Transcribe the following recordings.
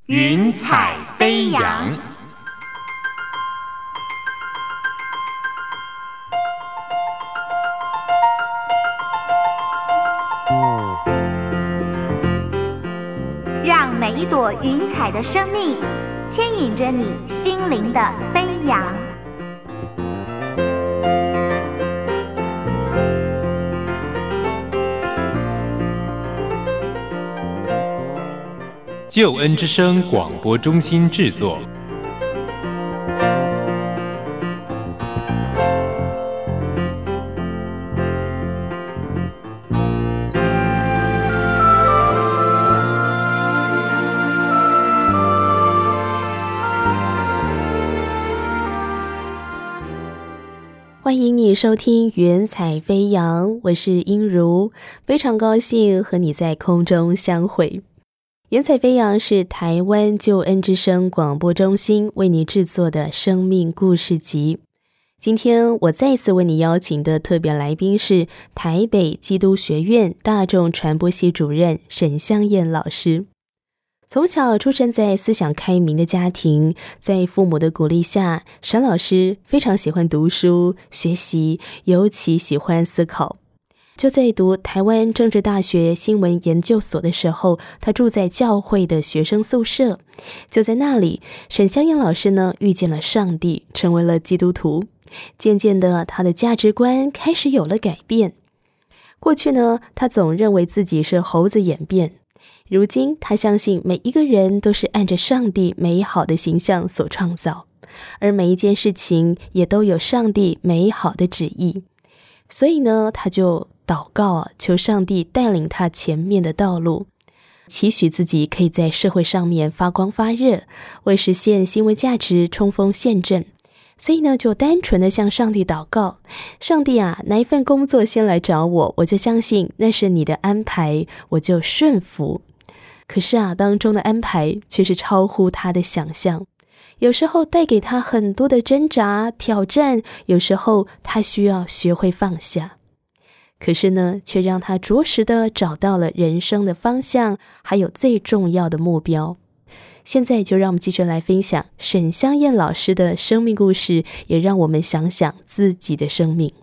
云彩飞扬。 让每一朵云彩的生命牵引着你心灵的飞扬。 救恩之声广播中心制作。 欢迎你收听云彩飞扬，我是英如，非常高兴和你在空中相会。云彩飞扬是台湾救恩之声广播中心为你制作的生命故事集。今天我再次为你邀请的特别来宾是台北基督学院大众传播系主任沈香燕老师。从小出生在思想开明的家庭，在父母的鼓励下，沈老师非常喜欢读书学习，尤其喜欢思考。就在读台湾政治大学新闻研究所的时候，他住在教会的学生宿舍。就在那里，沈香燕老师呢遇见了上帝，成为了基督徒。渐渐的，他的价值观开始有了改变。过去呢，他总认为自己是猴子演变，如今他相信每一个人都是按着上帝美好的形象所创造，而每一件事情也都有上帝美好的旨意。所以呢，他就祷告求上帝带领他前面的道路，期许自己可以在社会上面发光发热，为实现新闻价值冲锋陷阵。所以呢，就单纯的向上帝祷告，上帝啊，哪一份工作先来找我，我就相信那是你的安排，我就顺服。可是啊，当中的安排却是超乎他的想象，有时候带给他很多的挣扎挑战，有时候他需要学会放下。可是呢，却让他着实的找到了人生的方向，还有最重要的目标。现在就让我们继续来分享沈香燕老师的生命故事，也让我们想想自己的生命。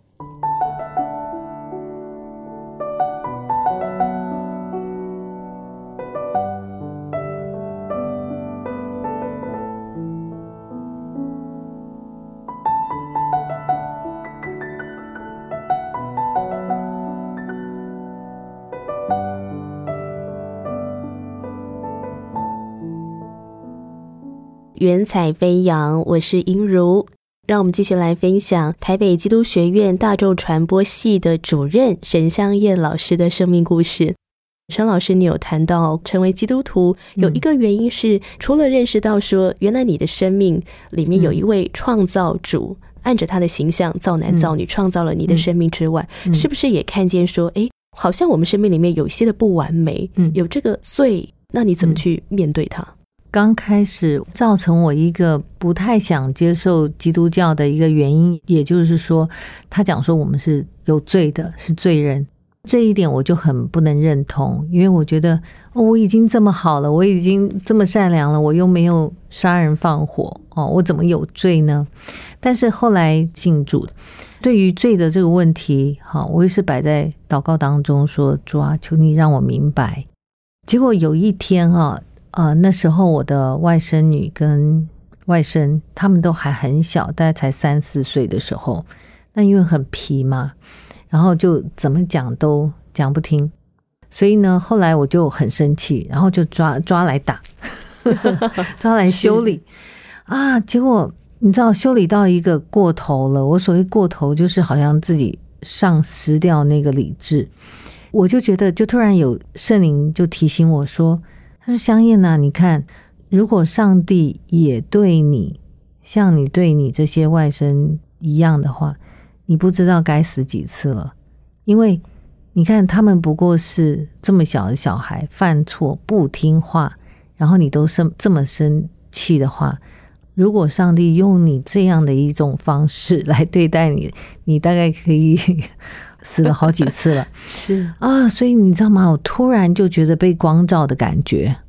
云彩飞扬，我是英如，让我们继续来分享台北基督学院大众传播系的主任沈香燕老师的生命故事。沈老师，你有谈到成为基督徒有一个原因是，除了认识到说原来你的生命里面有一位创造主，按着他的形象造男造女创造了你的生命之外，是不是也看见说好像我们生命里面有一些的不完美，有这个罪，那你怎么去面对它？ 刚开始造成我一个不太想接受基督教的一个原因，也就是说他讲说我们是有罪的，是罪人，这一点我就很不能认同。因为我觉得我已经这么好了，我已经这么善良了，我又没有杀人放火我怎么有罪呢？但是后来信主，对于罪的这个问题我也是摆在祷告当中说，主啊，求你让我明白。结果有一天那时候我的外甥女跟外甥他们都还很小，大概才3-4岁的时候，那因为很皮嘛，然后就怎么讲都讲不听，所以呢后来我就很生气，然后就抓来打抓来修理结果你知道修理到一个过头了，我所谓过头就是好像自己丧失掉那个理智，我就觉得就突然有圣灵就提醒我说，他说香燕啊，你看如果上帝也对你像你对你这些外甥一样的话，你不知道该死几次了。因为你看他们不过是这么小的小孩犯错不听话，然后你都这么生气的话，如果上帝用你这样的一种方式来对待你，你大概可以死了好几次了是所以你知道吗，我突然就觉得被光照的感觉，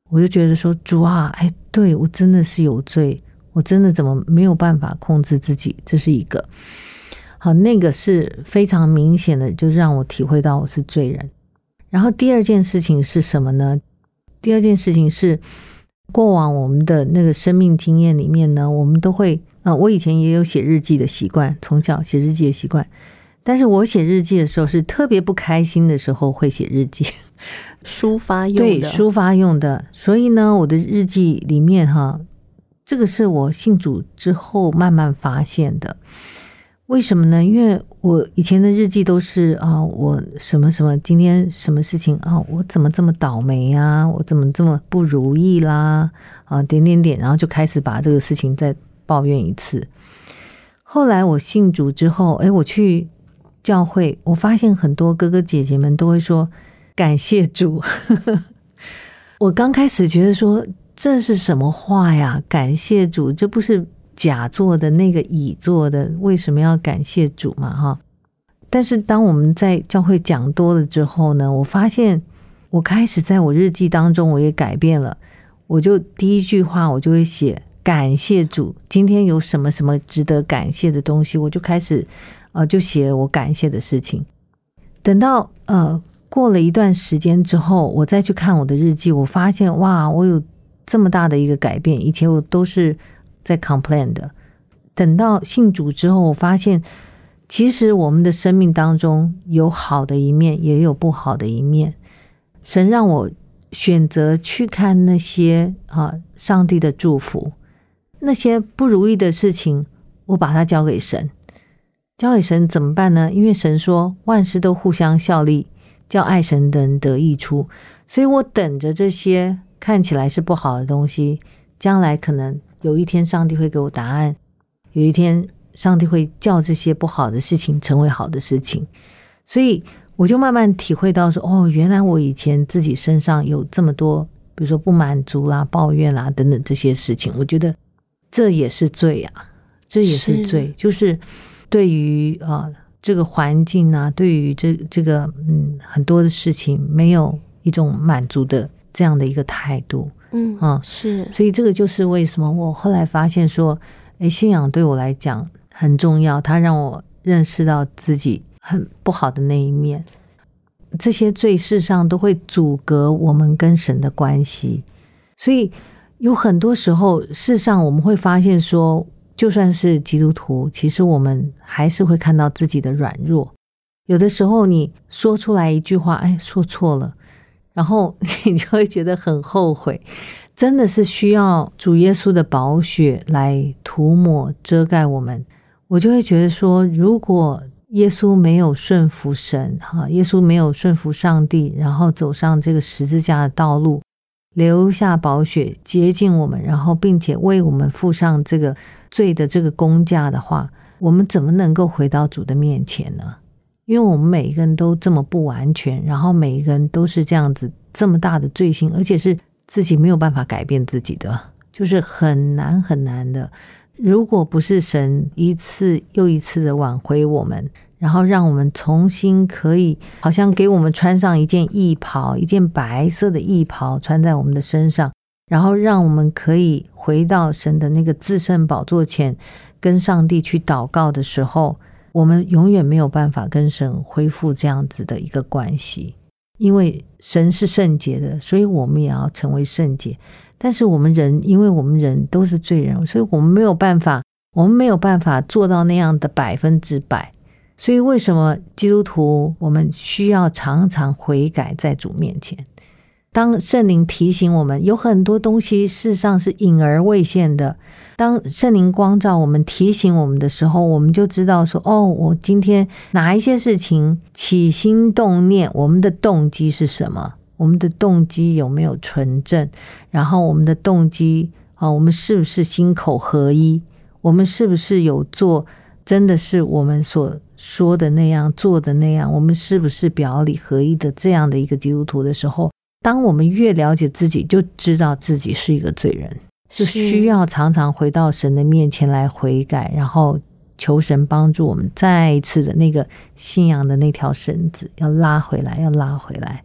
我就觉得说，主啊，对，我真的是有罪，我真的怎么没有办法控制自己，这是一个。好，那个是非常明显的，就让我体会到我是罪人。然后第二件事情是什么呢？第二件事情是过往我们的那个生命经验里面呢，我们都会我以前也有写日记的习惯，从小写日记的习惯，但是我写日记的时候是特别不开心的时候会写日记， 抒发用的， 对，抒发用的。所以呢，我的日记里面这个是我信主之后慢慢发现的。为什么呢？因为我以前的日记都是我什么什么，今天什么事情我怎么这么倒霉啊，我怎么这么不如意啦点点点，然后就开始把这个事情再抱怨一次。后来我信主之后，我去教会，我发现很多哥哥姐姐们都会说感谢主我刚开始觉得说这是什么话呀，感谢主，这不是甲做的那个乙做的，为什么要感谢主嘛但是当我们在教会讲多了之后呢，我发现我开始在我日记当中我也改变了，我就第一句话我就会写感谢主，今天有什么什么值得感谢的东西，我就开始就写我感谢的事情。等到过了一段时间之后，我再去看我的日记，我发现哇，我有这么大的一个改变。以前我都是在 complain 的，等到信主之后，我发现其实我们的生命当中有好的一面，也有不好的一面。神让我选择去看那些上帝的祝福，那些不如意的事情我把它交给神。交给神怎么办呢？因为神说万事都互相效力，叫爱神的人得益处。所以我等着这些看起来是不好的东西，将来可能有一天上帝会给我答案，有一天上帝会叫这些不好的事情成为好的事情。所以我就慢慢体会到说原来我以前自己身上有这么多，比如说不满足啦、抱怨啦等等这些事情，我觉得这也是罪啊，这也是罪，就是对于这个环境啊，对于这个很多的事情没有一种满足的这样的一个态度。 是， 所以这个就是为什么我后来发现说信仰对我来讲很重要，它让我认识到自己很不好的那一面。这些罪事上都会阻隔我们跟神的关系，所以有很多时候事上我们会发现说，就算是基督徒，其实我们还是会看到自己的软弱。有的时候你说出来一句话说错了，然后你就会觉得很后悔，真的是需要主耶稣的宝血来涂抹遮盖我们。我就会觉得说，如果耶稣没有顺服神耶稣没有顺服上帝，然后走上这个十字架的道路，留下宝血洁净我们，然后并且为我们付上这个罪的这个工价的话，我们怎么能够回到主的面前呢？因为我们每一个人都这么不完全，然后每一个人都是这样子这么大的罪性，而且是自己没有办法改变自己的，就是很难很难的。如果不是神一次又一次的挽回我们，然后让我们重新可以好像给我们穿上一件义袍，一件白色的义袍穿在我们的身上，然后让我们可以回到神的那个至圣宝座前跟上帝去祷告的时候，我们永远没有办法跟神恢复这样子的一个关系。因为神是圣洁的，所以我们也要成为圣洁。但是我们人，因为我们人都是罪人，所以我们没有办法做到那样的100%。所以为什么基督徒我们需要常常悔改在主面前？当圣灵提醒我们有很多东西事实上是隐而未现的，当圣灵光照我们提醒我们的时候，我们就知道说我今天哪一些事情起心动念，我们的动机是什么，我们的动机有没有纯正，然后我们的动机我们是不是心口合一，我们是不是有做真的是我们所说的那样做的那样，我们是不是表里合一的这样的一个基督徒的时候，当我们越了解自己，就知道自己是一个罪人，就需要常常回到神的面前来悔改，然后求神帮助我们再一次的那个信仰的那条绳子要拉回来。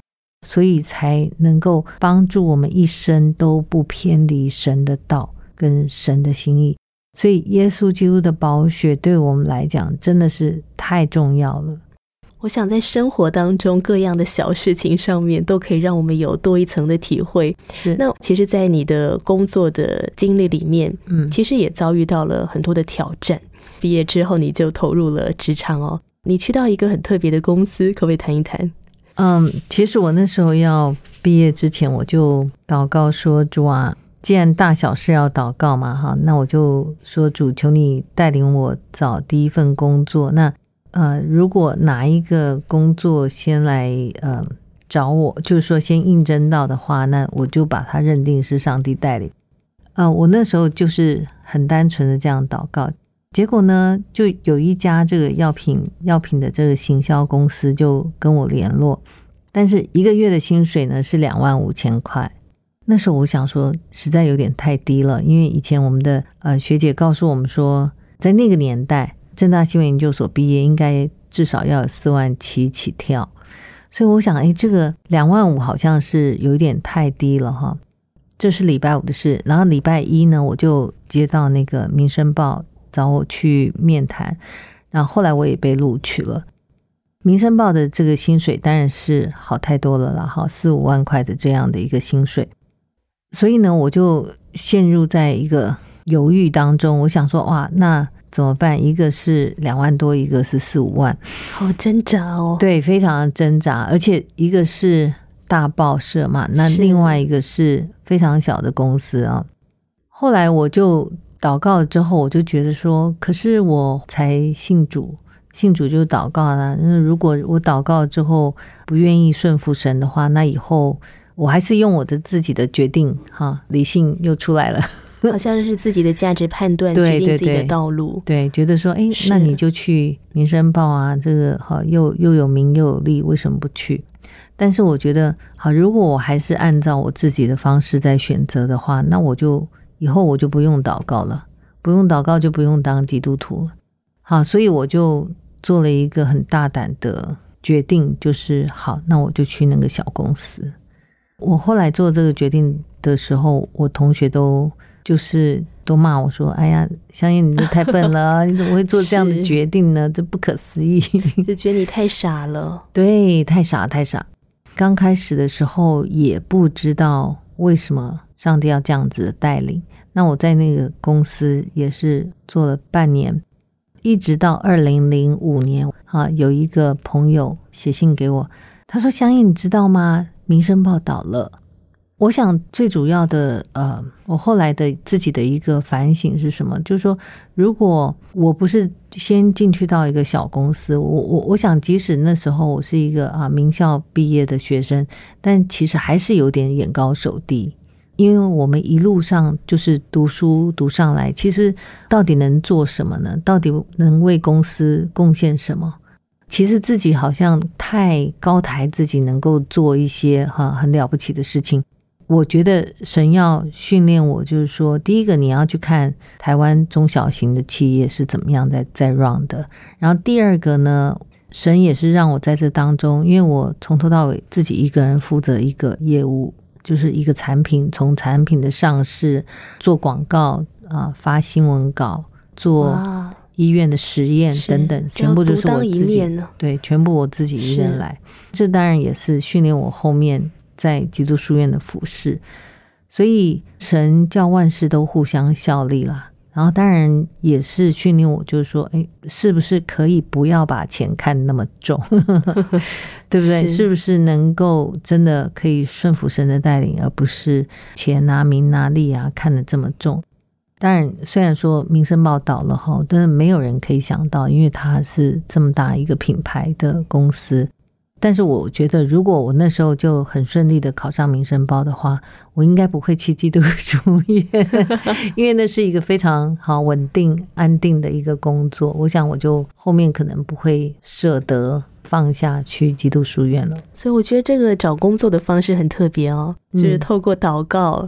所以才能够帮助我们一生都不偏离神的道跟神的心意。所以耶稣基督的宝血对我们来讲真的是太重要了。 我想在生活当中各样的小事情上面都可以让我们有多一层的体会。那其实在你的工作的经历里面，其实也遭遇到了很多的挑战。毕业之后你就投入了职场哦，你去到一个很特别的公司，可不可以谈一谈？ 其实我那时候要毕业之前，我就祷告说，主啊，既然大小事要祷告嘛，哈，那我就说，主，求你带领我找第一份工作。那如果哪一个工作先来找我，就是说先应征到的话，那我就把它认定是上帝带领。我那时候就是很单纯的这样祷告。结果呢，就有一家这个药品的这个行销公司就跟我联络，但是一个月的薪水呢是25000块。那时候我想说实在有点太低了，因为以前我们的学姐告诉我们说，在那个年代政大新闻研究所毕业应该至少要有47000起跳，所以我想这个25000好像是有一点太低了哈。这是礼拜五的事，然后礼拜一呢我就接到那个民生报找我去面谈，然后后来我也被录取了。民生报的这个薪水当然是好太多了啦，4-5万块的这样的一个薪水。所以呢我就陷入在一个犹豫当中，我想说哇，那怎么办？一个是2万多，一个是4-5万， 好挣扎哦。 对，非常的挣扎，而且一个是大报社嘛，那另外一个是非常小的公司啊。后来我就祷告了之后，我就觉得说，可是我才信主就祷告了。如果我祷告之后不愿意顺服神的话，那以后我还是用我的自己的决定理性又出来了， 好像是自己的价值判断决定自己的道路。 对，觉得说那你就去民生报啊，这个又有名又有利，为什么不去？但是我觉得如果我还是按照我自己的方式在选择的话，那以后我就不用祷告了，不用祷告就不用当基督徒了。所以我就做了一个很大胆的决定，就是那我就去那个小公司。我后来做这个决定的时候，我同学都骂我说，哎呀，香烟你这太笨了你怎么会做这样的决定呢？这不可思议就觉得你太傻了。 对，太傻。刚开始的时候也不知道为什么上帝要这样子的带领。那我在那个公司也是做了半年，一直到2005年有一个朋友写信给我，他说，香烟你知道吗？民生报倒了。我想最主要的我后来的自己的一个反省是什么，就是说如果我不是先进去到一个小公司，我想即使那时候我是一个名校毕业的学生，但其实还是有点眼高手低，因为我们一路上就是读书读上来，其实到底能做什么呢？到底能为公司贡献什么？其实自己好像太高抬自己能够做一些很了不起的事情。我觉得神要训练我，就是说第一个你要去看台湾中小型的企业是怎么样在 run 的，然后第二个呢，神也是让我在这当中，因为我从头到尾自己一个人负责一个业务，就是一个产品，从产品的上市做广告发新闻稿，做医院的实验等等，全部就是我自己，对，全部我自己一人来。这当然也是训练我后面在基督书院的服事，所以神叫万事都互相效力啦。然后当然也是训练我，就是说是不是可以不要把钱看那么重对不对？是不是能够真的可以顺服神的带领，而不是钱名利看得这么重。当然虽然说民生报倒了但是没有人可以想到，因为它是这么大一个品牌的公司。但是我觉得如果我那时候就很顺利的考上民生报的话，我应该不会去基督书院因为那是一个非常稳定安定的一个工作，我想我就后面可能不会舍得放下去基督书院了。 所以我觉得这个找工作的方式很特别就是透过祷告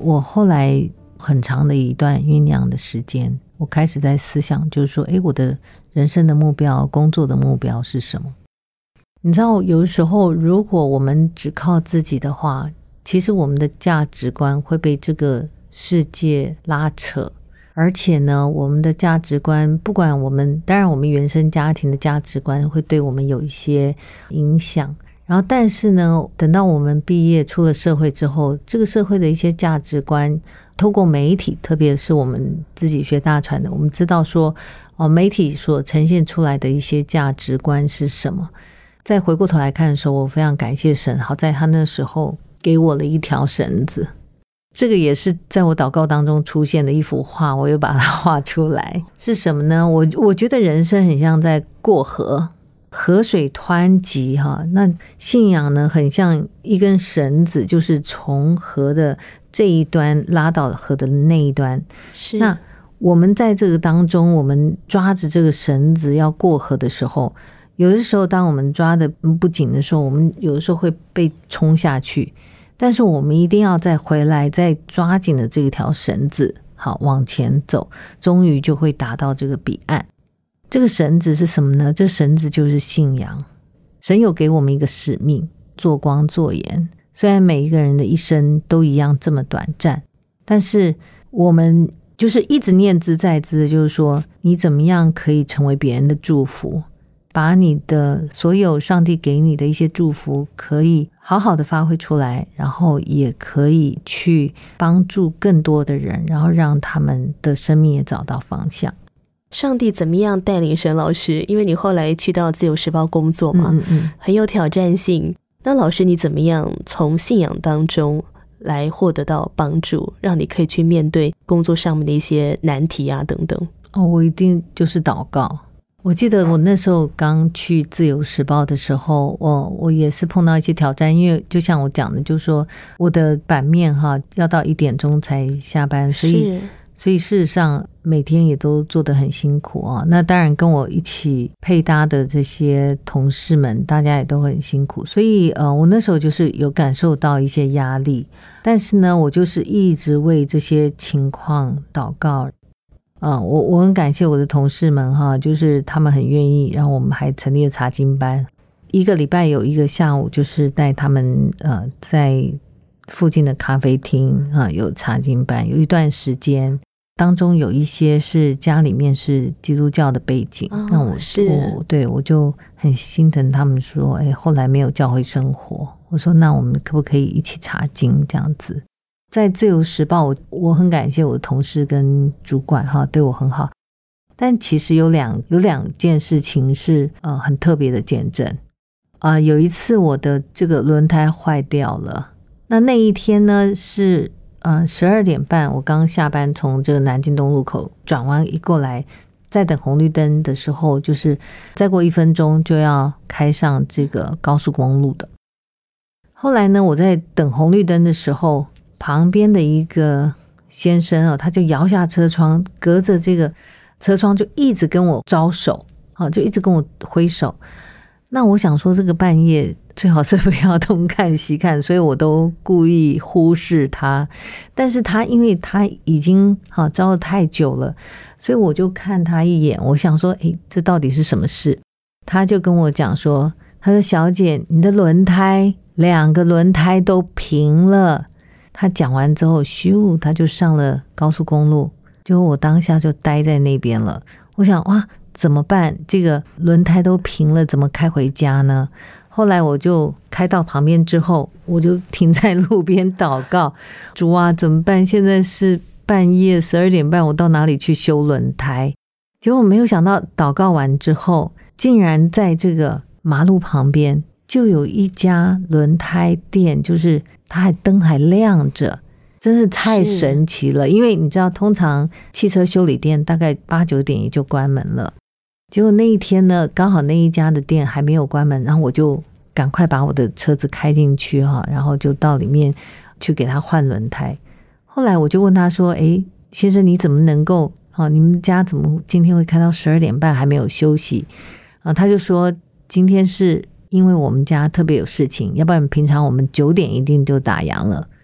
我后来很长的一段酝酿的时间，我开始在思想，就是说我的人生的目标，工作的目标是什么。你知道有的时候如果我们只靠自己的话，其实我们的价值观会被这个世界拉扯，而且呢我们的价值观，不管当然我们原生家庭的价值观会对我们有一些影响，然后但是呢等到我们毕业出了社会之后，这个社会的一些价值观透过媒体，特别是我们自己学大传的，我们知道说媒体所呈现出来的一些价值观是什么。再回过头来看的时候，我非常感谢神，好在他那时候给我了一条绳子，这个也是在我祷告当中出现的一幅画，我又把它画出来。是什么呢？我觉得人生很像在过河，河水湍急那信仰呢很像一根绳子，就是从河的这一端拉到河的那一端。 是， 那我们在这个当中，我们抓着这个绳子要过河的时候，有的时候当我们抓的不紧的时候，我们有的时候会被冲下去，但是我们一定要再回来，再抓紧的这条绳子，好往前走，终于就会达到这个彼岸。这个绳子是什么呢？这绳子就是信仰。神有给我们一个使命，做光做盐。虽然每一个人的一生都一样这么短暂，但是我们就是一直念兹在兹的，就是说你怎么样可以成为别人的祝福，把你的所有上帝给你的一些祝福可以好好的发挥出来，然后也可以去帮助更多的人，然后让他们的生命也找到方向。 上帝怎么样带领沈老师？因为你后来去到自由时报工作嘛，很有挑战性。那老师你怎么样从信仰当中来获得到帮助，让你可以去面对工作上面的一些难题啊等等？ 我一定就是祷告。我记得我那时候刚去自由时报的时候，我也是碰到一些挑战，因为就像我讲的，就是说我的版面要到1点钟才下班，所以事实上每天也都做得很辛苦那当然跟我一起配搭的这些同事们，大家也都很辛苦，所以我那时候就是有感受到一些压力，但是呢我就是一直为这些情况祷告。我很感谢我的同事们就是他们很愿意，然后我们还成立了查经班，一个礼拜有一个下午就是带他们在附近的咖啡厅有查经班，有一段时间当中有一些是家里面是基督教的背景，那我就很心疼他们说后来没有教会生活，我说那我们可不可以一起查经这样子。在自由时报我很感谢我的同事跟主管对我很好，但其实有两件事情是很特别的见证有一次我的这个轮胎坏掉了，那一天呢是12点半，我刚下班从这个南京东路口转弯一过来，在等红绿灯的时候，就是再过1分钟就要开上这个高速公路的。后来呢我在等红绿灯的时候，旁边的一个先生他就摇下车窗，隔着这个车窗就一直跟我招手就一直跟我挥手。那我想说这个半夜最好是不要东看西看，所以我都故意忽视他，但是他因为他已经招了太久了，所以我就看他一眼，我想说这到底是什么事。他就跟我讲说，他说小姐你的轮胎2个轮胎都平了。他讲完之后咻他就上了高速公路，就我当下就待在那边了。我想哇怎么办，这个轮胎都平了怎么开回家呢？后来我就开到旁边之后，我就停在路边祷告，主啊怎么办，现在是半夜12点半，我到哪里去修轮胎？结果没有想到祷告完之后，竟然在这个马路旁边就有一家轮胎店，就是它灯还亮着，真是太神奇了。因为你知道通常汽车修理店大概8、9点也就关门了，结果那一天呢刚好那一家的店还没有关门，然后我就赶快把我的车子开进去然后就到里面去给他换轮胎。后来我就问他说先生你怎么能够你们家怎么今天会开到12点半还没有休息他就说今天是因为我们家特别有事情，要不然平常我们9点一定就打烊了，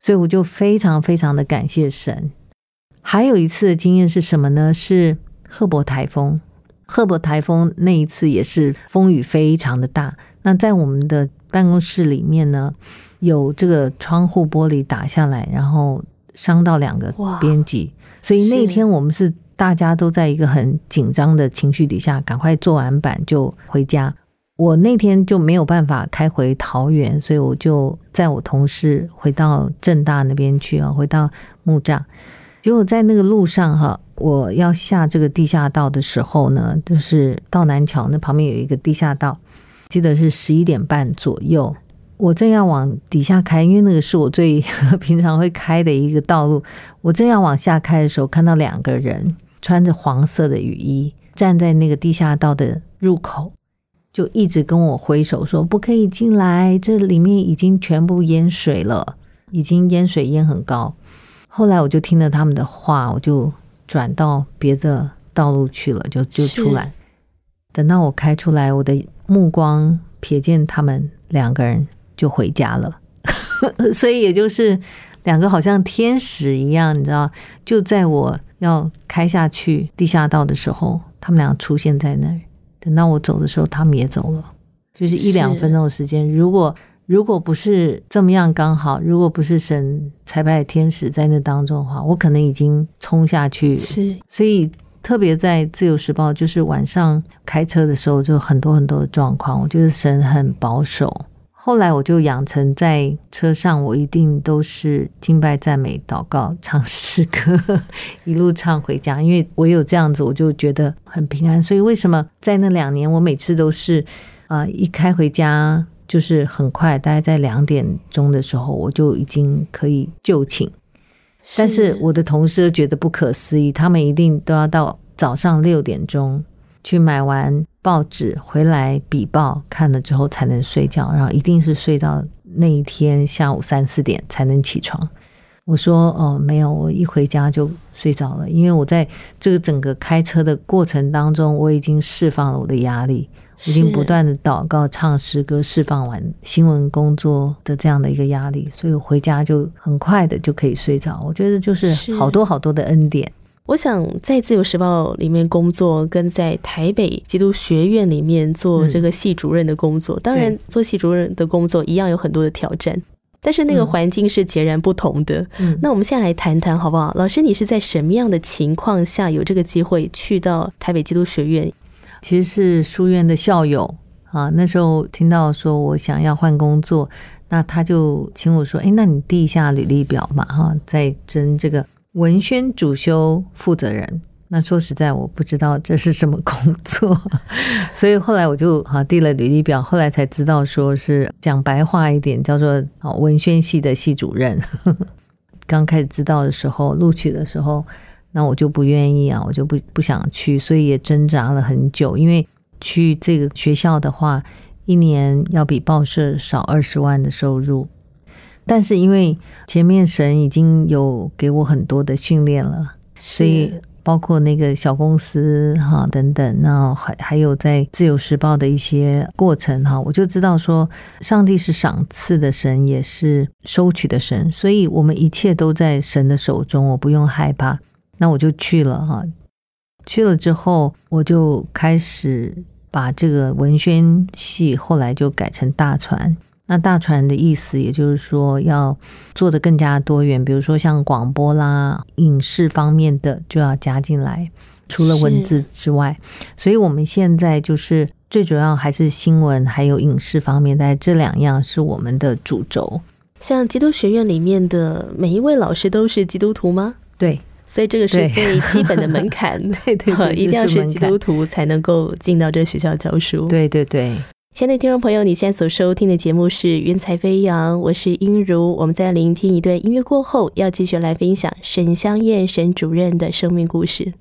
所以我就非常非常的感谢神。还有一次的经验是什么呢？是赫伯台风。赫伯台风那一次也是风雨非常的大，那在我们的办公室里面呢，有这个窗户玻璃打下来，然后伤到2个编辑，所以那天我们是大家都在一个很紧张的情绪底下，赶快做完版就回家。我那天就没有办法开回桃园，所以我就载我同事回到政大那边去，回到木栅。结果在那个路上我要下这个地下道的时候呢，就是到南桥那旁边有一个地下道，记得是11点半左右，我正要往底下开，因为那个是我最平常会开的一个道路。我正要往下开的时候，看到2个人穿着黄色的雨衣站在那个地下道的入口，就一直跟我挥手说不可以进来，这里面已经全部淹水了，已经淹水淹很高。后来我就听了他们的话，我就转到别的道路去了，就出来。等到我开出来，我的目光瞥见他们2个人就回家了所以也就是2个好像天使一样，你知道，就在我要开下去地下道的时候，他们俩出现在那儿。等到我走的时候，他们也走了，就是1-2分钟的时间。如果不是这么样刚好，如果不是神差派天使在那当中的话，我可能已经冲下去。是，所以特别在自由时报，就是晚上开车的时候就很多很多的状况，我觉得神很保守。后来我就养成在车上我一定都是敬拜赞美祷告唱诗歌一路唱回家，因为我有这样子我就觉得很平安。所以为什么在那2年我每次都是一开回家就是很快，大概在2点钟的时候我就已经可以就寝。但是我的同事觉得不可思议，他们一定都要到早上6点钟去买完报纸回来笔报看了之后才能睡觉，然后一定是睡到那一天下午3-4点才能起床。我说没有，我一回家就睡着了，因为我在这个整个开车的过程当中，我已经释放了我的压力，我已经不断的祷告唱诗歌，释放完新闻工作的这样的一个压力，所以我回家就很快的就可以睡着。我觉得就是好多好多的恩典。 我想在自由时报里面工作跟在台北基督学院里面做这个系主任的工作，当然做系主任的工作一样有很多的挑战，但是那个环境是截然不同的。那我们现在来谈谈好不好？老师，你是在什么样的情况下有这个机会去到台北基督学院？ 其实是书院的校友那时候听到说我想要换工作，那他就请我说那你递一下履历表嘛在征这个文宣主修负责人。那说实在我不知道这是什么工作所以后来我就递了履历表，后来才知道说是讲白话一点叫做文宣系的系主任刚开始知道的时候，录取的时候，那我就不愿意我就不想去，所以也挣扎了很久。因为去这个学校的话1年要比报社少20万的收入，但是因为前面神已经有给我很多的训练了，所以包括那个小公司等等，那还有在自由时报的一些过程我就知道说上帝是赏赐的神，也是收取的神，所以我们一切都在神的手中，我不用害怕。那我就去了去了之后我就开始把这个文宣系后来就改成大传。那大传的意思也就是说要做得更加多元，比如说像广播啦影视方面的就要加进来，除了文字之外。所以我们现在就是最主要还是新闻还有影视方面，大概这2样是我们的主轴。 像基督学院里面的每一位老师都是基督徒吗？ 对， 所以这个是最基本的门槛对对对， 一定要是基督徒才能够进到这个学校教书。 对对对。 亲爱的听众朋友，你现在所收听的节目是云彩飞扬，我是英如。我们在聆听一段音乐过后，要继续来分享沈香燕沈主任的生命故事。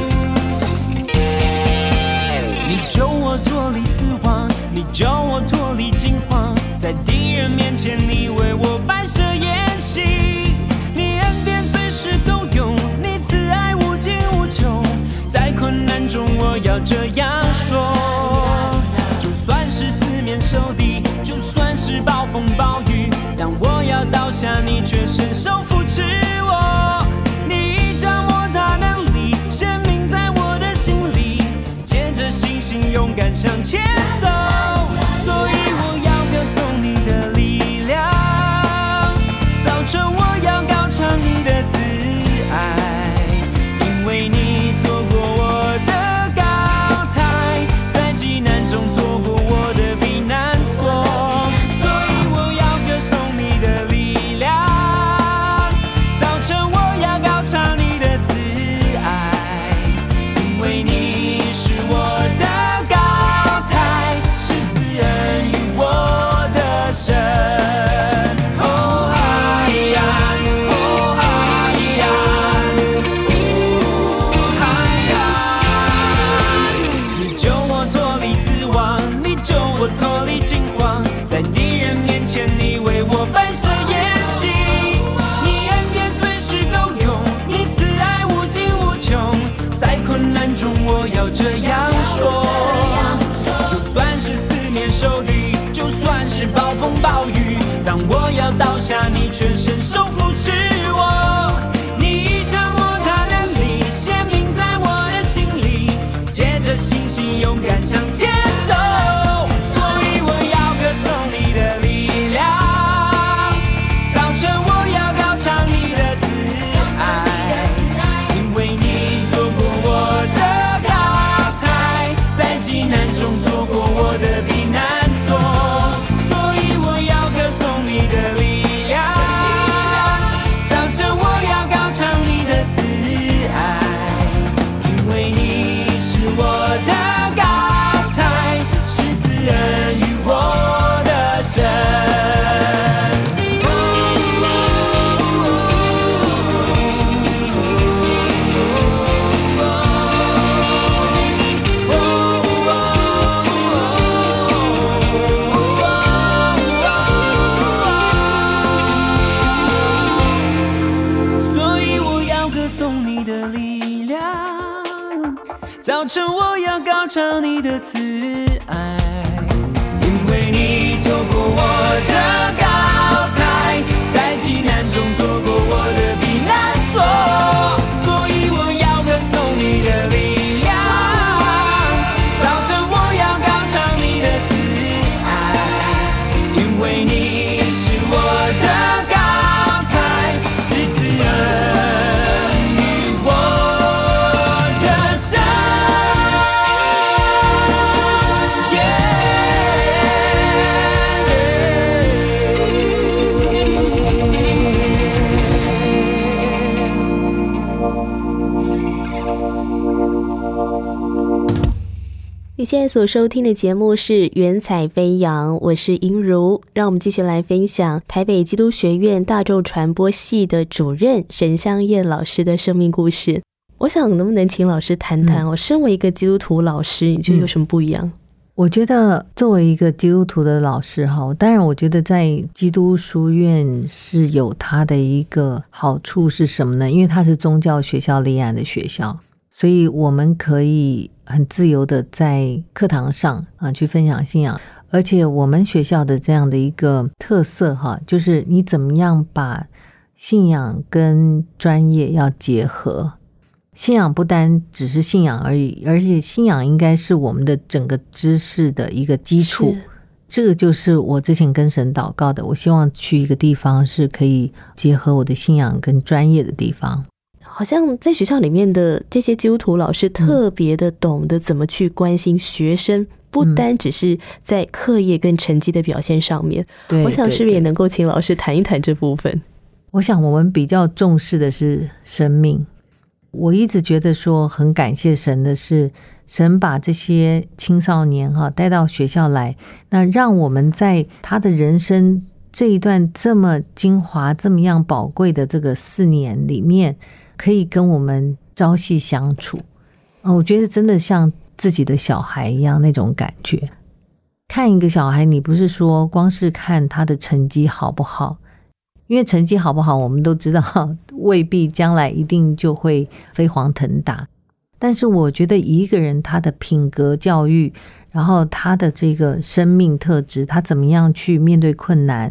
叫我脱手扶持我，你掌握大能力，鲜明在我的心里，借着信心勇敢向前走，所以我要歌颂你的力量，早晨我要高唱你的慈爱，因为你做过我的高台，在极难中做过我的避难所，所以我要歌颂你的力量，早晨我要高唱你的慈爱，因为你是我的高台，是赐恩于我的神。脱离惊慌，在敌人面前你为我摆设筵席，你恩典随时够用，你慈爱无尽无穷，在困难中我要这样说，就算是四面受敌，就算是暴风暴雨，当我要倒下你全伸手扶持我，你掌握大能力，鲜明在我的心里，借着信心勇敢向前走，早晨我要高唱你的慈爱，因为你做过我的高台，在极难中做过我的避难所，所以我要歌颂你的力量，早晨我要高唱你的慈爱，因为你是我的高台，是赐恩于我的神。 你现在所收听的节目是《原彩飞扬》，我是英如，让我们继续来分享台北基督学院大众传播系的主任沈香燕老师的生命故事。我想能不能请老师谈谈身为一个基督徒老师，你觉得有什么不一样？ 我觉得作为一个基督徒的老师，当然我觉得在基督书院是有它的一个好处是什么呢？因为它是宗教学校立案的学校，所以我们可以很自由的在课堂上去分享信仰，而且我们学校的这样的一个特色就是你怎么样把信仰跟专业要结合，信仰不单只是信仰而已，而且信仰应该是我们的整个知识的一个基础。这个就是我之前跟神祷告的，我希望去一个地方是可以结合我的信仰跟专业的地方。 好像在学校里面的这些基督徒老师特别的懂得怎么去关心学生，不单只是在课业跟成绩的表现上面。我想是不是也能够请老师谈一谈这部分？ 我想我们比较重视的是生命。我一直觉得说很感谢神的是，神把这些青少年带到学校来，那让我们在他的人生这一段这么精华这么样宝贵的这个4年里面，可以跟我们朝夕相处。我觉得真的像自己的小孩一样那种感觉。看一个小孩，你不是说光是看他的成绩好不好，因为成绩好不好我们都知道未必将来一定就会飞黄腾达，但是我觉得一个人他的品格教育，然后他的这个生命特质，他怎么样去面对困难，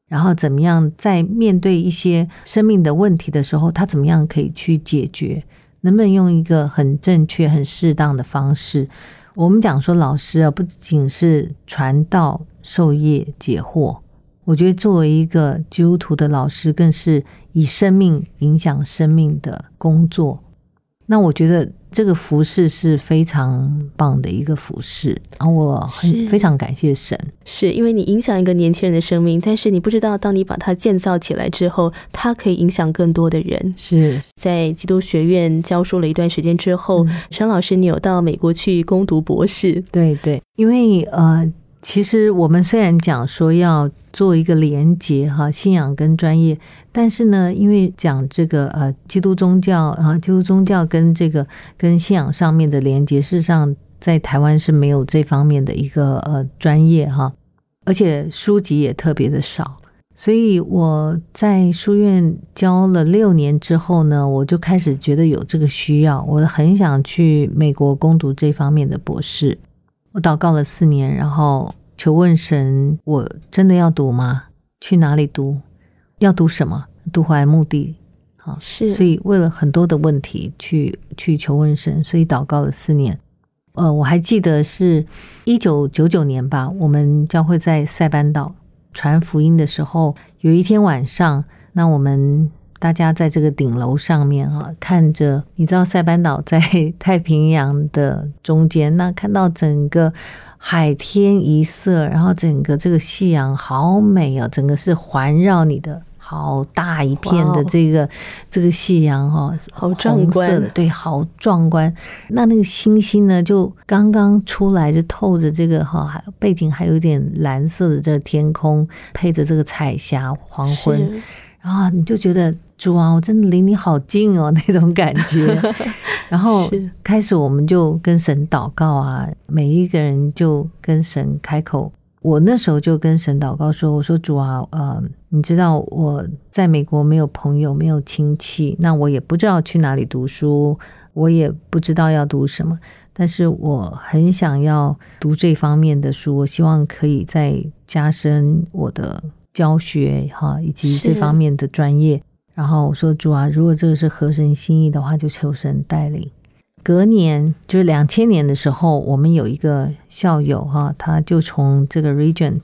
然后怎么样在面对一些生命的问题的时候，他怎么样可以去解决，能不能用一个很正确很适当的方式。我们讲说老师不仅是传道授业解惑，我觉得作为一个基督徒的老师，更是以生命影响生命的工作。那我觉得这个服事是非常棒的一个服事，然后我非常感谢神。 是因为你影响一个年轻人的生命，但是你不知道当你把它建造起来之后，它可以影响更多的人。 是在基督学院教书了一段时间之后，沈老师你有到美国去攻读博士。 对对，因为其实我们虽然讲说要做一个连结信仰跟专业，但是呢，因为讲这个基督宗教跟这个跟信仰上面的连结，事实上在台湾是没有这方面的一个专业而且书籍也特别的少。所以我在书院教了6年之后呢，我就开始觉得有这个需要，我很想去美国攻读这方面的博士。我祷告了4年，然后求问神，我真的要读吗？去哪里读？要读什么？读回来目的是， 所以为了很多的问题去求问神，所以祷告了4年。我还记得是1999年吧，我们教会在塞班岛传福音的时候，有一天晚上，那我们大家在这个顶楼上面看着，你知道塞班岛在太平洋的中间，那看到整个海天一色，然后整个这个夕阳好美整个是环绕你的，好大一片的这个夕阳好壮观， 红色的，对，好壮观。那个星星呢，就刚刚出来，就透着这个背景还有一点蓝色的这个天空，配着这个彩霞黄昏，然后你就觉得主啊，我真的离你好近那种感觉。然后开始我们就跟神祷告每一个人就跟神开口。我那时候就跟神祷告说，我说主啊，你知道我在美国没有朋友，没有亲戚，那我也不知道去哪里读书，我也不知道要读什么，但是我很想要读这方面的书，我希望可以再加深我的教学以及这方面的专业。然后我说主啊，如果这个是合神心意的话，就求神带领。隔年就是2000年的时候，我们有一个校友他就从这个 Regent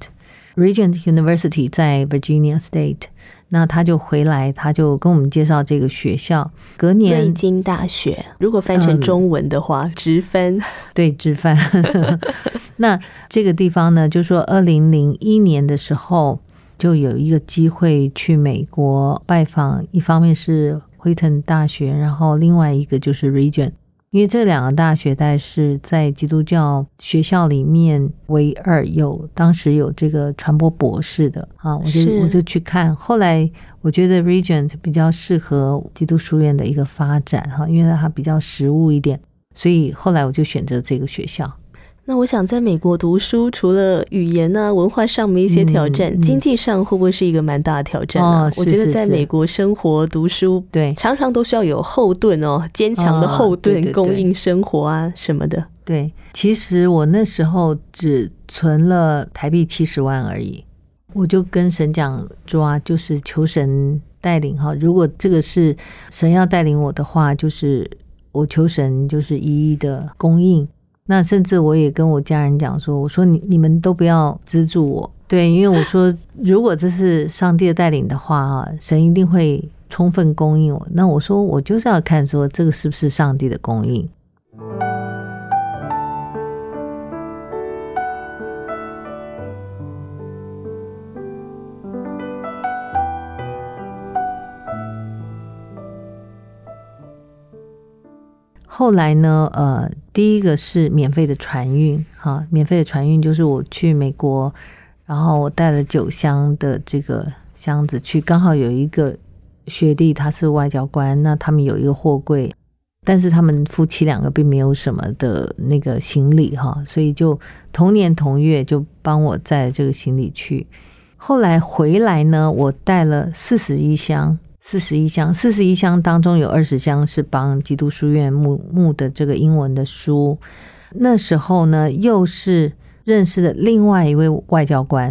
University 在 Virginia State， 那他就回来，他就跟我们介绍这个学校。隔年瑞金大学，如果翻成中文的话，直翻， 对，直翻。那这个地方呢，就说2001年的时候，就有一个机会去美国拜访，一方面是惠腾大学，然后另外一个就是 Regent。因为这2个大学大概是在基督教学校里面唯二当时有这个传播博士的我就去看。后来我觉得 Regent 比较适合基督书院的一个发展因为它比较实务一点，所以后来我就选择这个学校。 那我想在美国读书，除了语言文化上面一些挑战，经济上会不会是一个蛮大的挑战我觉得在美国生活读书，对，常常都需要有后盾坚强的后盾供应生活什么的。 对，其实我那时候只存了台币70万而已，我就跟神讲主啊，就是求神带领如果这个是神要带领我的话，就是我求神就是一一的供应。那甚至我也跟我家人讲说，我说你们都不要资助我，对，因为我说如果这是上帝的带领的话神一定会充分供应我。那我说我就是要看说这个是不是上帝的供应。后来呢第一个是免费的船运免费的船运就是我去美国，然后我带了9箱的这个箱子去，刚好有一个学弟他是外交官，那他们有一个货柜，但是他们夫妻2个并没有什么的那个行李所以就同年同月就帮我载这个行李去。后来回来呢，我带了41箱当中有20箱是帮基督书院募的这个英文的书。那时候呢，又是认识的另外一位外交官，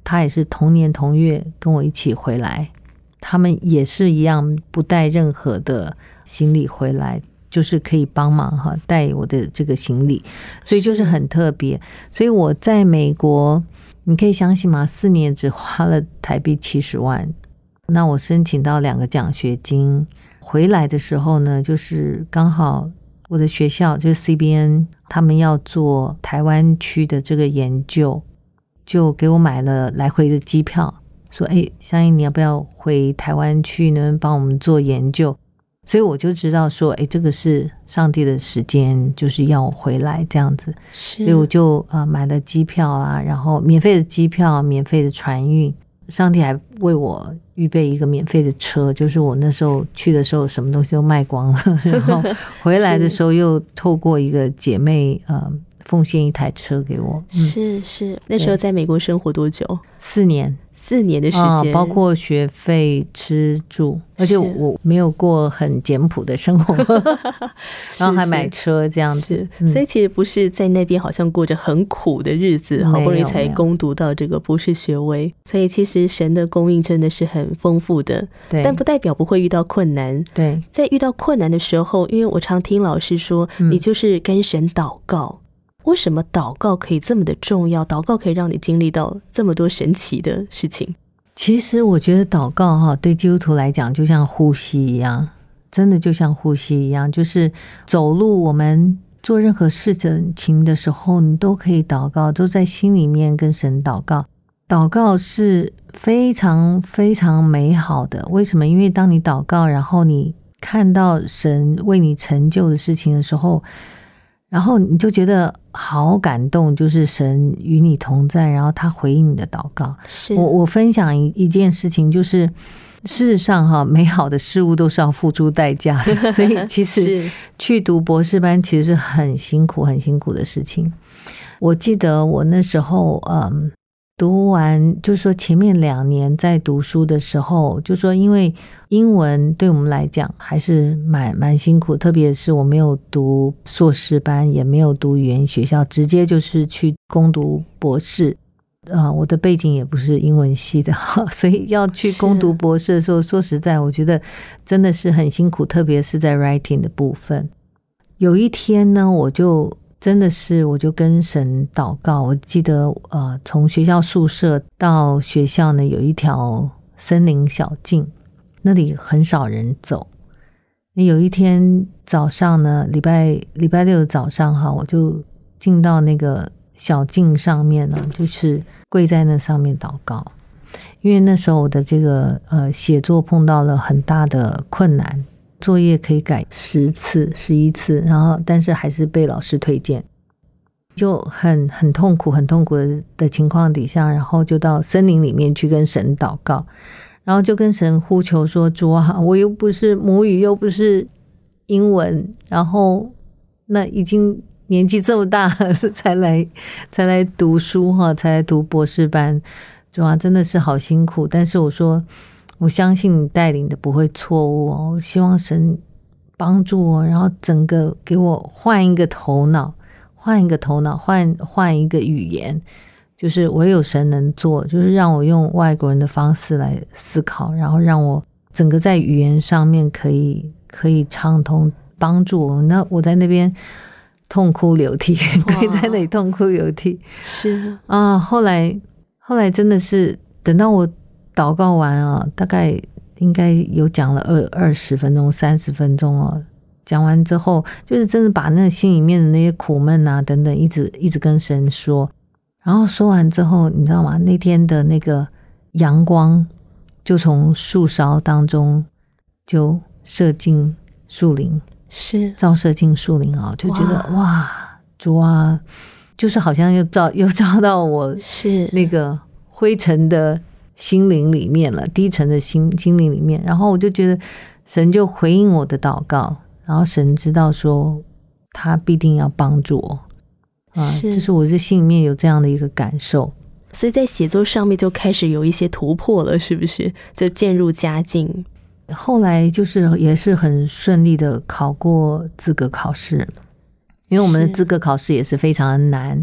他也是同年同月跟我一起回来，他们也是一样不带任何的行李回来，就是可以帮忙带我的这个行李，所以就是很特别。所以我在美国，你可以相信吗？4年只花了台币70万。那我申请到2个奖学金，回来的时候呢，就是刚好我的学校就是 CBN， 他们要做台湾区的这个研究，就给我买了来回的机票，说香吟你要不要回台湾去呢，帮我们做研究。所以我就知道说这个是上帝的时间，就是要我回来这样子。所以我就买了机票啊，然后免费的机票，免费的船运，上帝还为我预备一个免费的车，就是我那时候去的时候什么东西都卖光了，然后回来的时候又透过一个姐妹奉献一台车给我。 是那时候在美国生活多久 ？4年的时间， 包括学费、吃住，而且我没有过很简朴的生活然后还买车这样子。 所以其实不是在那边好像过着很苦的日子，好不容易才攻读到这个博士学位，所以其实神的供应真的是很丰富的。 对， 但不代表不会遇到困难。 对， 在遇到困难的时候，因为我常听老师说你就是跟神祷告，为什么祷告可以这么的重要？祷告可以让你经历到这么多神奇的事情。 其实我觉得祷告对基督徒来讲就像呼吸一样，真的就像呼吸一样，就是走路，我们做任何事情的时候，你都可以祷告，都在心里面跟神祷告。祷告是非常非常美好的。为什么？因为当你祷告，然后你看到神为你成就的事情的时候，然后你就觉得好感动，就是神与你同在，然后他回应你的祷告。我分享一件事情，就是事实上美好的事物都是要付出代价的，所以其实去读博士班其实是很辛苦很辛苦的事情。我记得我那时候读完，就是说前面2年在读书的时候，就说因为英文对我们来讲还是蛮辛苦，特别是我没有读硕士班，也没有读语言学校，直接就是去攻读博士。我的背景也不是英文系的，所以要去攻读博士的时候，说实在我觉得真的是很辛苦，特别是在 writing 的部分。有一天呢，我就跟神祷告。我记得从学校宿舍到学校呢有一条森林小径，那里很少人走。有一天早上呢，礼拜六的早上我就进到那个小径上面呢，就是跪在那上面祷告。因为那时候我的这个写作碰到了很大的困难，作业可以改10次11次，然后但是还是被老师推荐，就很痛苦的情况底下，然后就到森林里面去跟神祷告，然后就跟神呼求说，主啊，我又不是母语，又不是英文，然后那已经年纪这么大了才来读书才来读博士班，主啊，真的是好辛苦。但是我说我相信你带领的不会错误我希望神帮助我，然后整个给我换一个头脑，换一个语言，就是唯有神能做，就是让我用外国人的方式来思考，然后让我整个在语言上面可以畅通，帮助我。那我在那边痛哭流涕，可以在那里痛哭流涕。 是啊，后来真的是等到我祷告完大概应该有讲了20分钟30分钟讲完之后，就是真的把那心里面的那些苦闷等等一直跟神说。然后说完之后，你知道吗？那天的那个阳光就从树梢当中就射进树林， 是照射进树林就觉得哇，主啊，就是好像又照到我是那个灰尘的心灵里面了，低沉的心灵里面。然后我就觉得神就回应我的祷告，然后神知道说他必定要帮助我就是我这心里面有这样的一个感受。 所以在写作上面就开始有一些突破了，是不是就渐入佳境？ 后来就是也是很顺利的考过资格考试，因为我们的资格考试也是非常的难，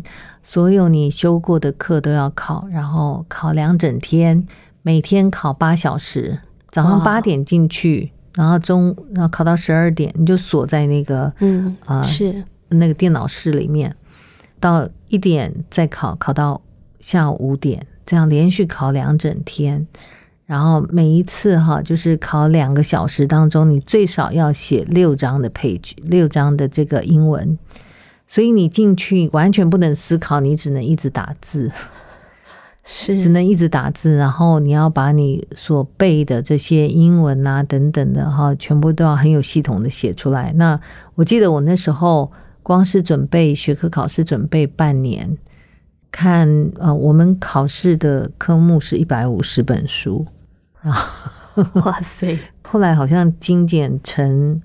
所有你修过的课都要考，然后考2整天，每天考8小时，早上8点进去，然后然后考到12点，你就锁在那个是那个电脑室里面，到1点再考到下午5点，这样连续考2整天。然后每一次就是考2个小时当中，你最少要写6张的page，6张的这个英文，所以你进去完全不能思考，你只能一直打字，只能一直打字，然后你要把你所背的这些英文啊等等的全部都要很有系统的写出来。那我记得我那时候光是准备学科考试准备半年，看我们考试的科目是150本书，然后哇塞， 后来好像精简成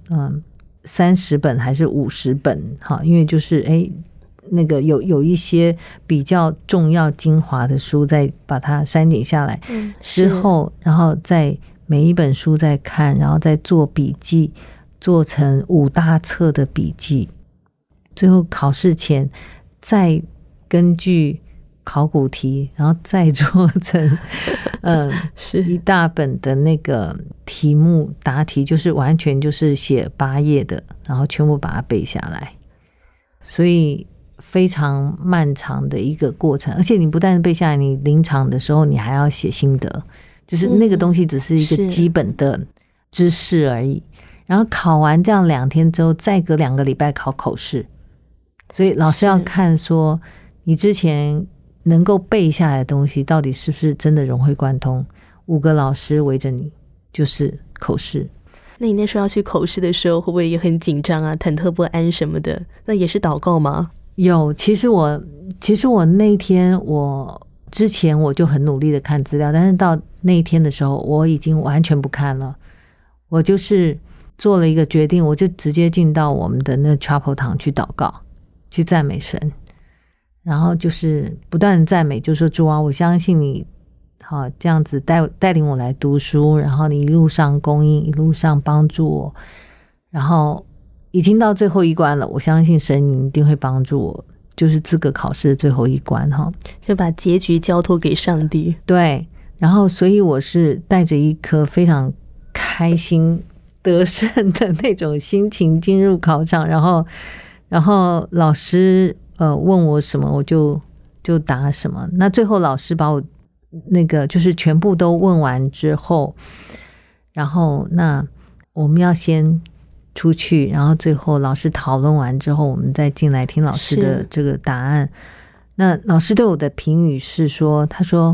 30本还是50本，因为就是那个有一些比较重要精华的书再把它删减下来之后，然后再每一本书再看，然后再做笔记，做成5大册的笔记，最后考试前再根据考古题，然后再做成是一大本的那个题目答题，就是完全就是写8页的，然后全部把它背下来，所以非常漫长的一个过程。而且你不但背下来，你临场的时候你还要写心得，就是那个东西只是一个基本的知识而已。然后考完这样2天之后，再隔2个礼拜考口试，所以老师要看说你之前能够背下来的东西到底是不是真的融会贯通。5个老师围着你，就是口试。 那你那时候要去口试的时候，会不会也很紧张啊，忐忑不安什么的？那也是祷告吗？ 有，其实我那一天，我之前我就很努力的看资料，但是到那一天的时候，我已经完全不看了。我就是做了一个决定，我就直接进到我们的那 chapel 堂去祷告，去赞美神，然后就是不断的赞美，就说主啊，我相信你，这样子带领我来读书，然后你一路上供应，一路上帮助我，然后已经到最后一关了，我相信神你一定会帮助我，就是资格考试的最后一关就把结局交托给上帝。 对，然后所以我是带着一颗非常开心得胜的那种心情进入考场，然后老师问我什么我就答什么。那最后老师把我那个就是全部都问完之后，然后那我们要先出去，然后最后老师讨论完之后，我们再进来听老师的这个答案。那老师对我的评语是说，他说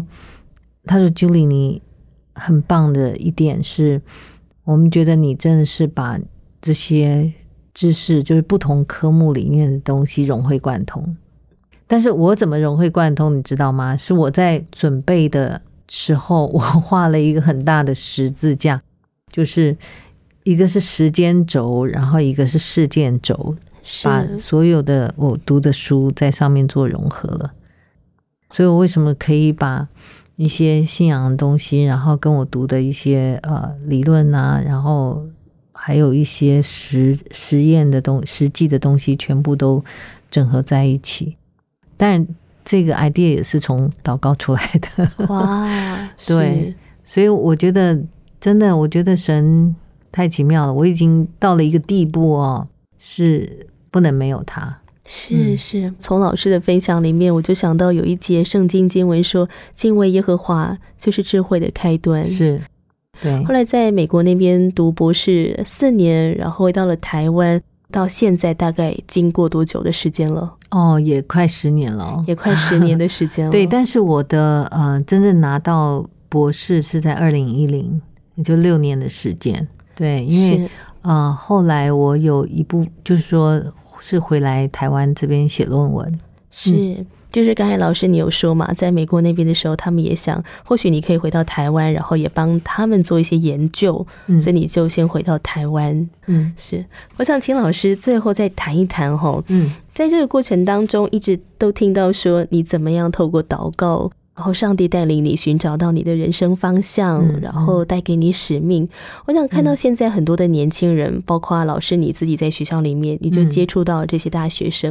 Julie 你很棒的一点是，我们觉得你真的是把这些知识，就是不同科目里面的东西融会贯通。但是我怎么融会贯通你知道吗？是我在准备的时候，我画了一个很大的十字架，就是一个是时间轴，然后一个是事件轴，把所有的我读的书在上面做融合了。所以我为什么可以把一些信仰的东西，然后跟我读的一些理论啊，然后还有一些实验的实际的东西全部都整合在一起。当然这个 idea 也是从祷告出来的。 哇， 对，所以我觉得真的，我觉得神太奇妙了，我已经到了一个地步是不能没有他。 是，从老师的分享里面，我就想到有一节圣经经文说，敬畏耶和华就是智慧的开端。 是，对。 后来在美国那边读博士4年，然后回到了台湾，到现在大概经过多久的时间了？ 也快10年了， 也快10年的时间了。 对，但是我的真正拿到博士是在2010，也就6年的时间。对，因为后来我有一部就是说是回来台湾这边写论文。 是，就是刚才老师你有说嘛，在美国那边的时候他们也想或许你可以回到台湾，然后也帮他们做一些研究，所以你就先回到台湾。是，我想请老师最后再谈一谈在这个过程当中一直都听到说你怎么样透过祷告，然后上帝带领你寻找到你的人生方向，然后带给你使命。我想看到现在很多的年轻人，包括老师你自己在学校里面，你就接触到这些大学生，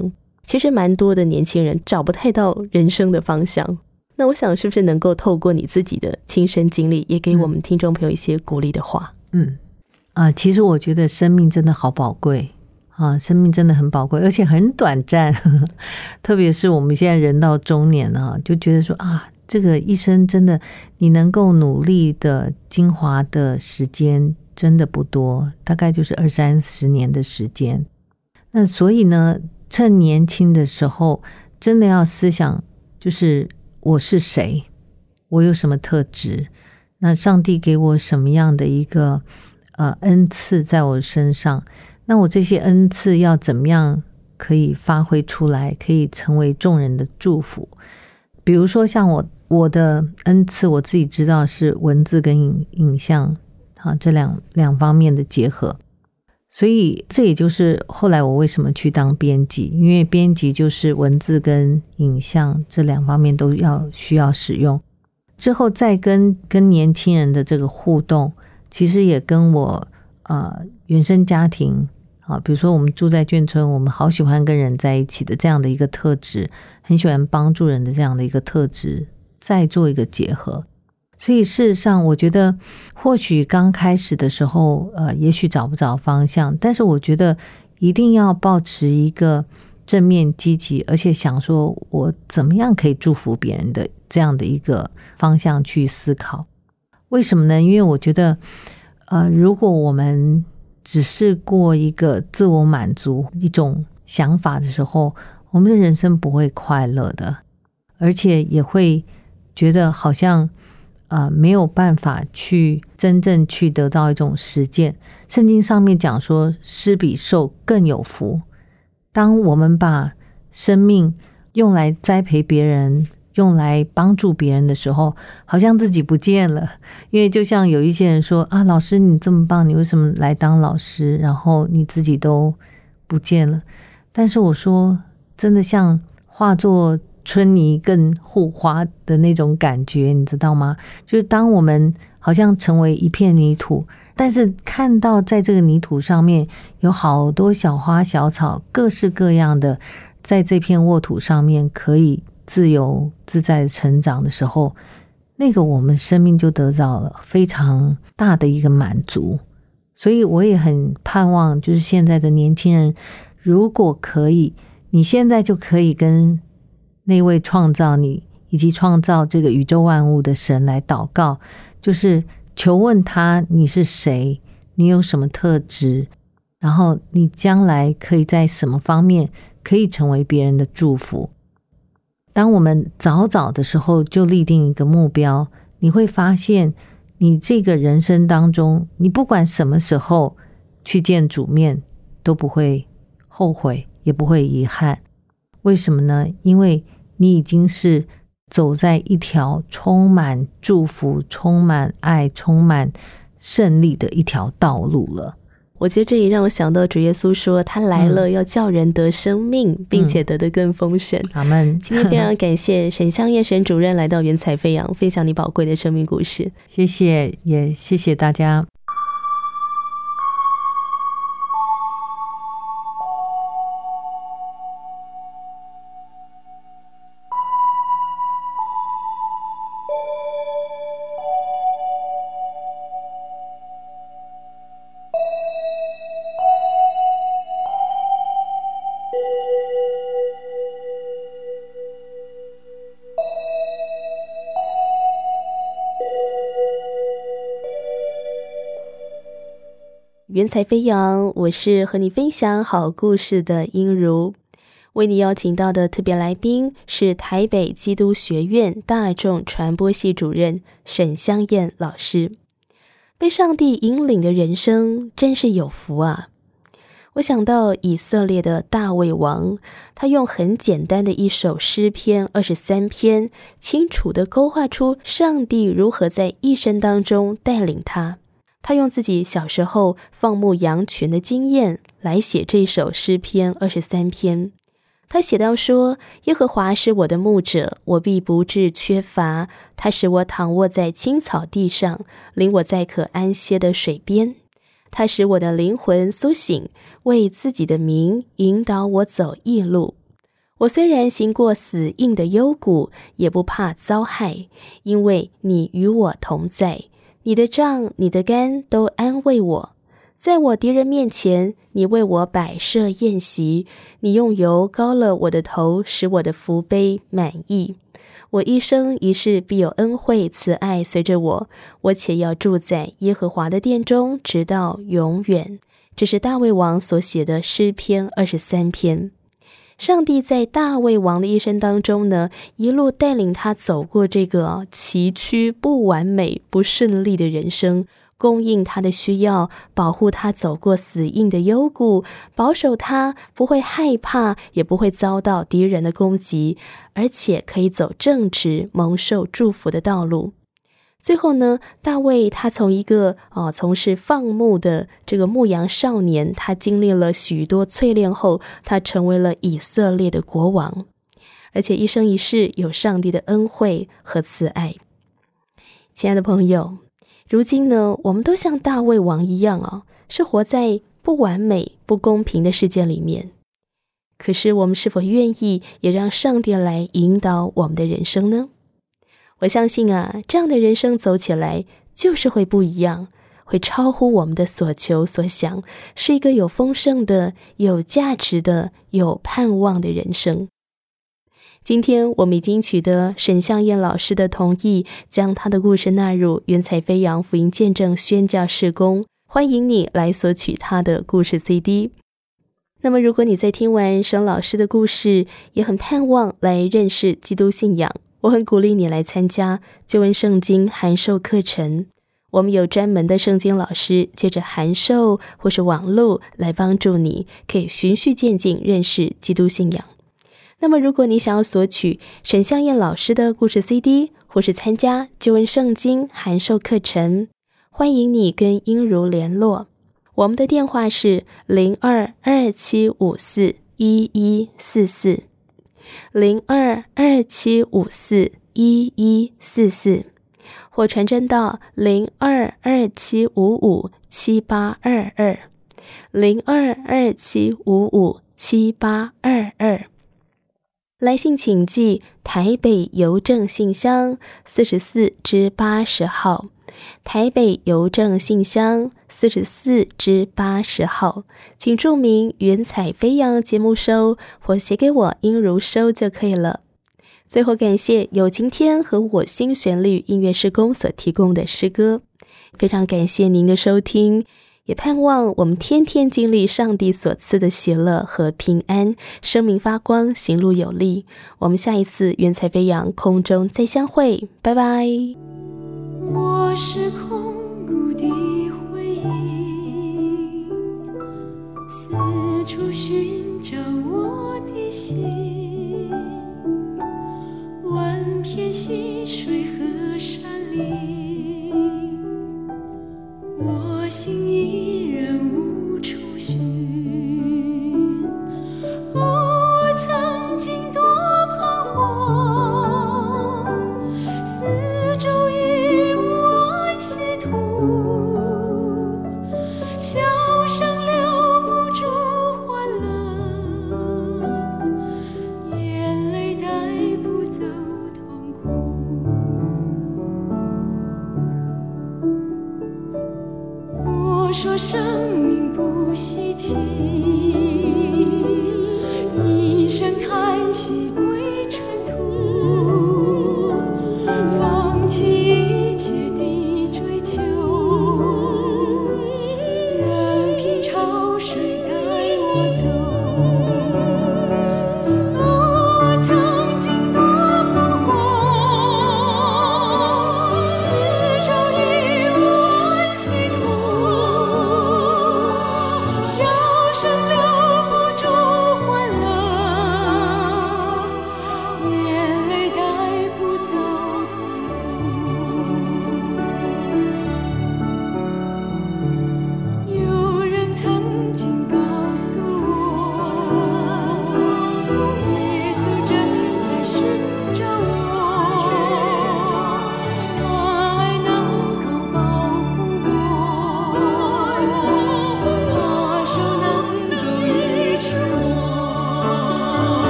其实蛮多的年轻人找不太到人生的方向。那我想是不是能够透过你自己的亲身经历，也给我们听众朋友一些鼓励的话？ 其实我觉得生命真的好宝贵啊，生命真的很宝贵，而且很短暂。特别是我们现在人到中年啊，就觉得说啊，这个一生真的你能够努力的精华的时间真的不多，大概就是20-30年的时间。那所以呢，趁年轻的时候真的要思想，就是我是谁，我有什么特质，那上帝给我什么样的一个恩赐在我身上，那我这些恩赐要怎么样可以发挥出来，可以成为众人的祝福。比如说像我的恩赐，我自己知道是文字跟影像这两方面的结合，所以这也就是后来我为什么去当编辑，因为编辑就是文字跟影像这两方面都需要使用。之后再跟年轻人的这个互动，其实也跟我原生家庭比如说我们住在眷村，我们好喜欢跟人在一起的这样的一个特质，很喜欢帮助人的这样的一个特质，再做一个结合。所以事实上我觉得或许刚开始的时候也许找不着方向，但是我觉得一定要抱持一个正面积极，而且想说我怎么样可以祝福别人的这样的一个方向去思考。为什么呢？因为我觉得如果我们只是过一个自我满足一种想法的时候，我们的人生不会快乐的，而且也会觉得好像没有办法去真正去得到一种实践。圣经上面讲说施比受更有福，当我们把生命用来栽培别人，用来帮助别人的时候，好像自己不见了。因为就像有一些人说老师你这么棒，你为什么来当老师，然后你自己都不见了。但是我说真的像化作春泥更护花的那种感觉，你知道吗？就是当我们好像成为一片泥土，但是看到在这个泥土上面有好多小花小草，各式各样的，在这片沃土上面可以自由自在的成长的时候，那个我们生命就得到了非常大的一个满足。所以我也很盼望就是现在的年轻人，如果可以，你现在就可以跟那位创造你以及创造这个宇宙万物的神来祷告，就是求问他你是谁，你有什么特质，然后你将来可以在什么方面可以成为别人的祝福。当我们早的时候就立定一个目标，你会发现你这个人生当中，你不管什么时候去见主面都不会后悔，也不会遗憾。为什么呢？因为你已经是走在一条充满祝福、充满爱、充满胜利的一条道路了。 我觉得这也让我想到主耶稣说他来了要叫人得生命，并且得得更丰盛。 阿们。 今天非常感谢沈香燕沈主任来到云彩飞扬，分享你宝贵的生命故事。 谢谢，也谢谢大家。 云彩飞扬，我是和你分享好故事的英如。为你邀请到的特别来宾是台北基督学院大众传播系主任沈香燕老师。被上帝引领的人生真是有福啊！我想到以色列的大卫王，他用很简单的一首诗篇23篇，清楚地勾画出上帝如何在一生当中带领他。他用自己小时候放牧羊群的经验来写这首诗篇23篇。他写到说，耶和华是我的牧者，我必不致缺乏。他使我躺卧在青草地上，领我在可安歇的水边。他使我的灵魂苏醒，为自己的名引导我走义路。 我虽然行过死荫的幽谷，也不怕遭害，因为你与我同在，你的杖你的竿都安慰我。在我敌人面前，你为我摆设宴席，你用油膏了我的头，使我的福杯满溢。我一生一世必有恩惠慈爱随着我，我且要住在耶和华的殿中，直到永远。这是大卫王所写的诗篇23篇。上帝在大卫王的一生当中呢，一路带领他走过这个崎岖、不完美、不顺利的人生，供应他的需要，保护他走过死荫的幽谷，保守他不会害怕，也不会遭到敌人的攻击，而且可以走正直、蒙受祝福的道路。最后呢，大卫他从一个从事放牧的这个牧羊少年，他经历了许多淬炼后，他成为了以色列的国王，而且一生一世有上帝的恩惠和慈爱。亲爱的朋友，如今呢，我们都像大卫王一样是活在不完美、不公平的世界里面。可是我们是否愿意也让上帝来引导我们的人生呢？我相信这样的人生走起来就是会不一样，会超乎我们的所求所想，是一个有丰盛的、有价值的、有盼望的人生。今天我们已经取得沈向燕老师的同意，将他的故事纳入云彩飞扬福音见证宣教事工，欢迎你来索取他的故事 CD。 那么如果你在听完沈老师的故事，也很盼望来认识基督信仰，我很鼓励你来参加救恩圣经函授课程。我们有专门的圣经老师，借着函授或是网络来帮助你，可以循序渐进认识基督信仰。那么如果你想要索取沈向燕老师的故事 CD， 或是参加救恩圣经函授课程，欢迎你跟英如联络。我们的电话是0227541144 0227541144，或传真到0227557822 0227557822。来信请寄台北邮政信箱44至80号，台北邮政信箱44至80号，请注明云彩飞扬节目收，或写给我英如收就可以了。最后感谢有今天和我新旋律音乐事工所提供的诗歌，非常感谢您的收听，也盼望我们天天经历上帝所赐的喜乐和平安，生命发光，行路有力。我们下一次云彩飞扬空中再相会，拜拜。 我是空谷的回忆，四处寻找我的心，万片溪水和山林，我心依然无处寻。我曾经多彷徨，四周已无安息土，笑声留不住欢乐，眼泪带不走痛苦。我说生命不稀奇，一声叹息归尘土，放弃一切的追求，任凭潮水带我走。我曾经多彷徨，四周已无安息土，笑声留不住欢乐，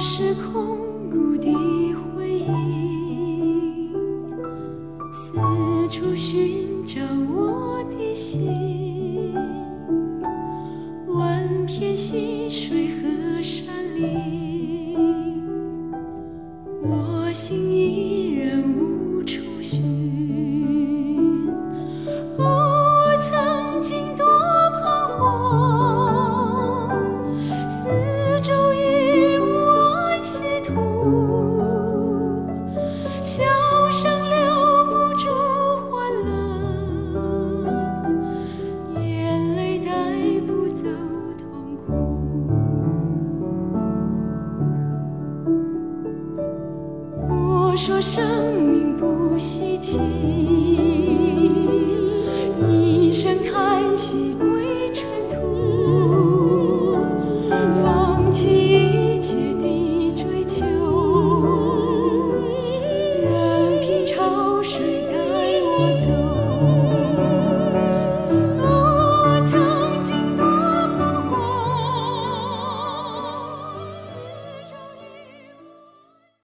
是空谷的回忆，四处寻找我的心，万片溪水和山林，我心依然无处寻。我曾经多彷徨，四周已无安息土，笑声留不住欢乐，眼泪带不走痛苦。我说生命不稀奇，